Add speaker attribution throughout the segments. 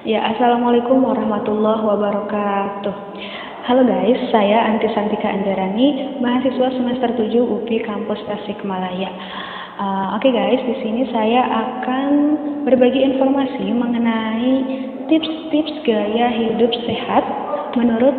Speaker 1: Ya, Assalamualaikum warahmatullahi wabarakatuh. Halo guys, saya Anti Santika Anjarani, mahasiswa semester 7 UPI Kampus Tasikmalaya. Oke guys, di sini saya akan berbagi informasi mengenai tips-tips gaya hidup sehat menurut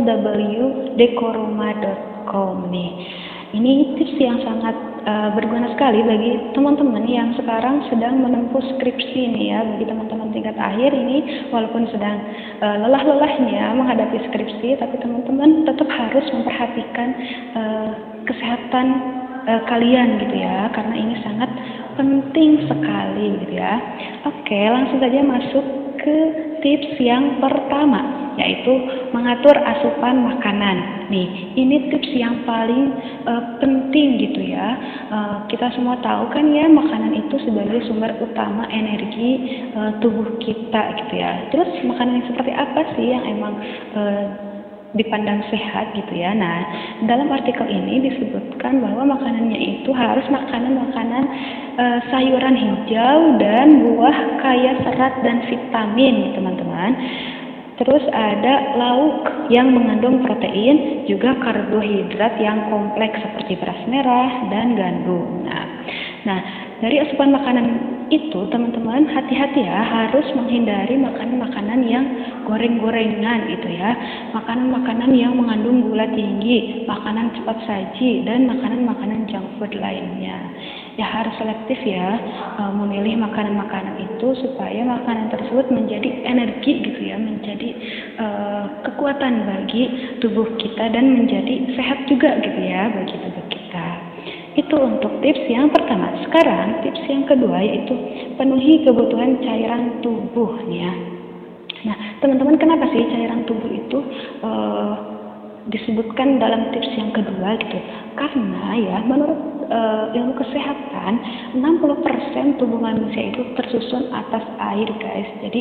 Speaker 1: www.dekoroma.com nih. Ini tips yang sangat berguna sekali bagi teman-teman yang sekarang sedang menempuh skripsi nih ya. Bagi teman-teman tingkat akhir ini, walaupun sedang lelah-lelahnya menghadapi skripsi, tapi teman-teman tetap harus memperhatikan kesehatan kalian gitu ya, karena ini sangat penting sekali gitu ya. Oke, langsung saja masuk ke tips yang pertama, yaitu mengatur asupan makanan. Nih, ini tips yang paling penting gitu ya. Kita semua tahu kan ya, makanan itu sebagai sumber utama energi tubuh kita gitu ya. Terus makanan yang seperti apa sih yang emang dipandang sehat gitu ya. Nah, dalam artikel ini disebutkan bahwa makanannya itu harus makanan-makanan sayuran hijau dan buah kaya serat dan vitamin, teman-teman. Terus ada lauk yang mengandung protein, juga karbohidrat yang kompleks seperti beras merah dan gandum. Nah, dari asupan makanan itu teman-teman hati-hati ya, harus menghindari makanan-makanan yang goreng-gorengan gitu ya, makanan-makanan yang mengandung gula tinggi, makanan cepat saji, dan makanan-makanan junk food lainnya. Ya harus selektif ya, memilih makanan-makanan itu supaya makanan tersebut menjadi energi gitu ya, menjadi kekuatan bagi tubuh kita dan menjadi sehat juga gitu ya bagi tubuh kita. Itu untuk tips yang pertama. Sekarang tips yang kedua yaitu penuhi kebutuhan cairan tubuh ya. Nah, teman-teman, kenapa sih cairan tubuh itu disebutkan dalam tips yang kedua gitu? Karena ya menurut ilmu kesehatan 60% tubuh manusia itu tersusun atas air guys. Jadi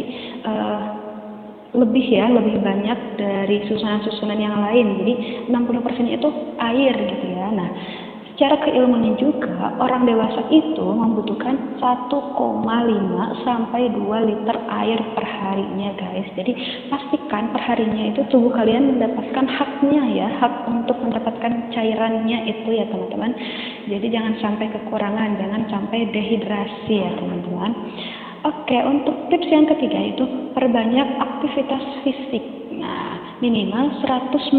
Speaker 1: lebih banyak dari susunan-susunan yang lain. Jadi 60% itu air gitu ya. Nah, secara keilmuan juga orang dewasa itu membutuhkan 1,5 sampai 2 liter air per harinya guys. Jadi pastikan perharinya itu tubuh kalian mendapatkan haknya ya, hak untuk mendapatkan cairannya itu ya teman-teman. Jadi jangan sampai kekurangan, jangan sampai dehidrasi ya teman-teman. Oke, untuk tips yang ketiga itu perbanyak aktivitas fisik. Nah, minimal 150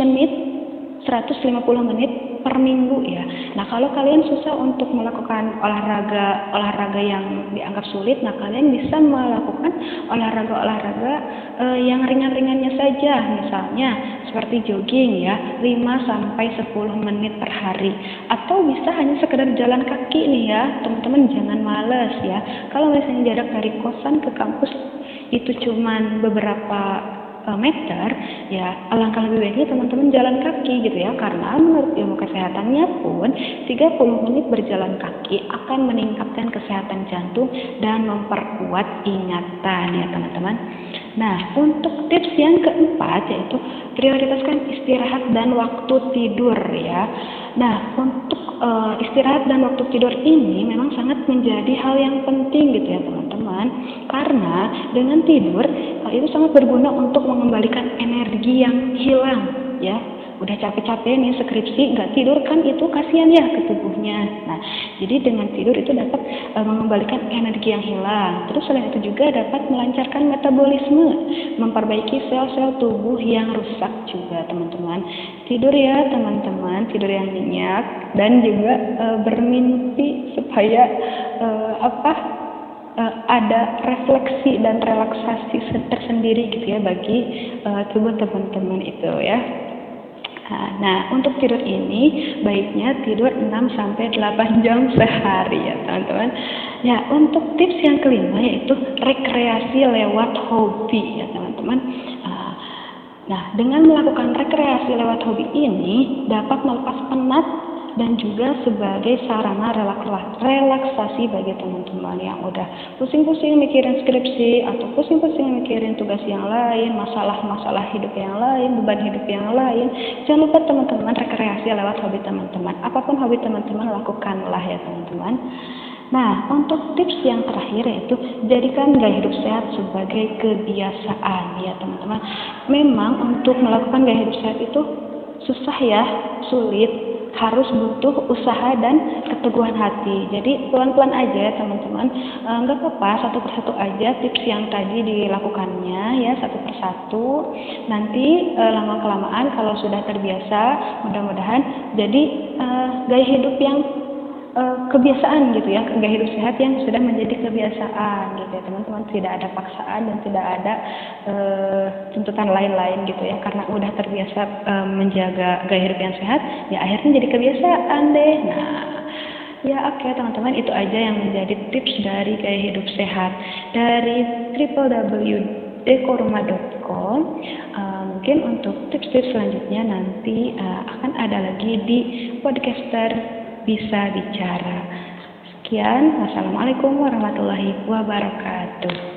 Speaker 1: menit per minggu ya. Nah, kalau kalian susah untuk melakukan olahraga yang dianggap sulit, nah kalian bisa melakukan olahraga yang ringan-ringannya saja, misalnya seperti jogging ya, 5 sampai 10 menit per hari, atau bisa hanya sekedar jalan kaki nih ya, teman-teman jangan males ya. Kalau misalnya jarak dari kosan ke kampus itu cuman beberapa meter, ya alangkah lebih baiknya teman-teman jalan kaki gitu ya, karena menurut ilmu kesehatannya pun 30 menit berjalan kaki akan meningkatkan kesehatan jantung dan memperkuat ingatan ya teman-teman. Nah, untuk tips yang keempat yaitu prioritaskan istirahat dan waktu tidur ya. Nah, untuk istirahat dan waktu tidur ini memang sangat menjadi hal yang penting gitu ya teman-teman, karena dengan tidur itu sangat berguna untuk mengembalikan energi yang hilang ya. Udah capek-capek nih skripsi, nggak tidur kan itu kasihan ya ke tubuhnya. Nah, jadi dengan tidur itu dapat mengembalikan energi yang hilang. Terus selain itu juga dapat melancarkan metabolisme, memperbaiki sel-sel tubuh yang rusak juga teman-teman. Tidur ya teman-teman, tidur yang nyenyak dan juga bermimpi supaya ada refleksi dan relaksasi tersendiri gitu ya bagi tubuh teman-teman itu ya. Nah, untuk tidur ini baiknya tidur 6 sampai 8 jam sehari ya teman-teman. Ya, untuk tips yang kelima yaitu rekreasi lewat hobi ya teman-teman. Nah, dengan melakukan rekreasi lewat hobi ini dapat melepas penat dan juga sebagai sarana relaksasi bagi teman-teman yang udah pusing-pusing mikirin skripsi atau pusing-pusing mikirin tugas yang lain, masalah-masalah hidup yang lain, beban hidup yang lain. Jangan lupa teman-teman rekreasi lewat hobi teman-teman. Apapun hobi teman-teman lakukanlah ya teman-teman. Nah, untuk tips yang terakhir yaitu jadikan gaya hidup sehat sebagai kebiasaan ya teman-teman. Memang untuk melakukan gaya hidup sehat itu susah ya, sulit, harus butuh usaha dan keteguhan hati. Jadi pelan-pelan aja ya teman-teman, nggak apa-apa satu persatu aja tips yang tadi dilakukannya ya, satu persatu. Nanti lama-kelamaan kalau sudah terbiasa, mudah-mudahan jadi gaya hidup yang kebiasaan gitu ya, gaya hidup sehat yang sudah menjadi kebiasaan gitu ya teman-teman. Tidak ada paksaan dan tidak ada tuntutan lain-lain gitu ya, karena udah terbiasa menjaga gaya hidup yang sehat ya, akhirnya jadi kebiasaan deh. Nah ya oke teman-teman, itu aja yang menjadi tips dari gaya hidup sehat dari www.dekoruma.com. Mungkin untuk tips-tips selanjutnya nanti akan ada lagi di podcaster bisa bicara. Sekian, wassalamualaikum warahmatullahi wabarakatuh.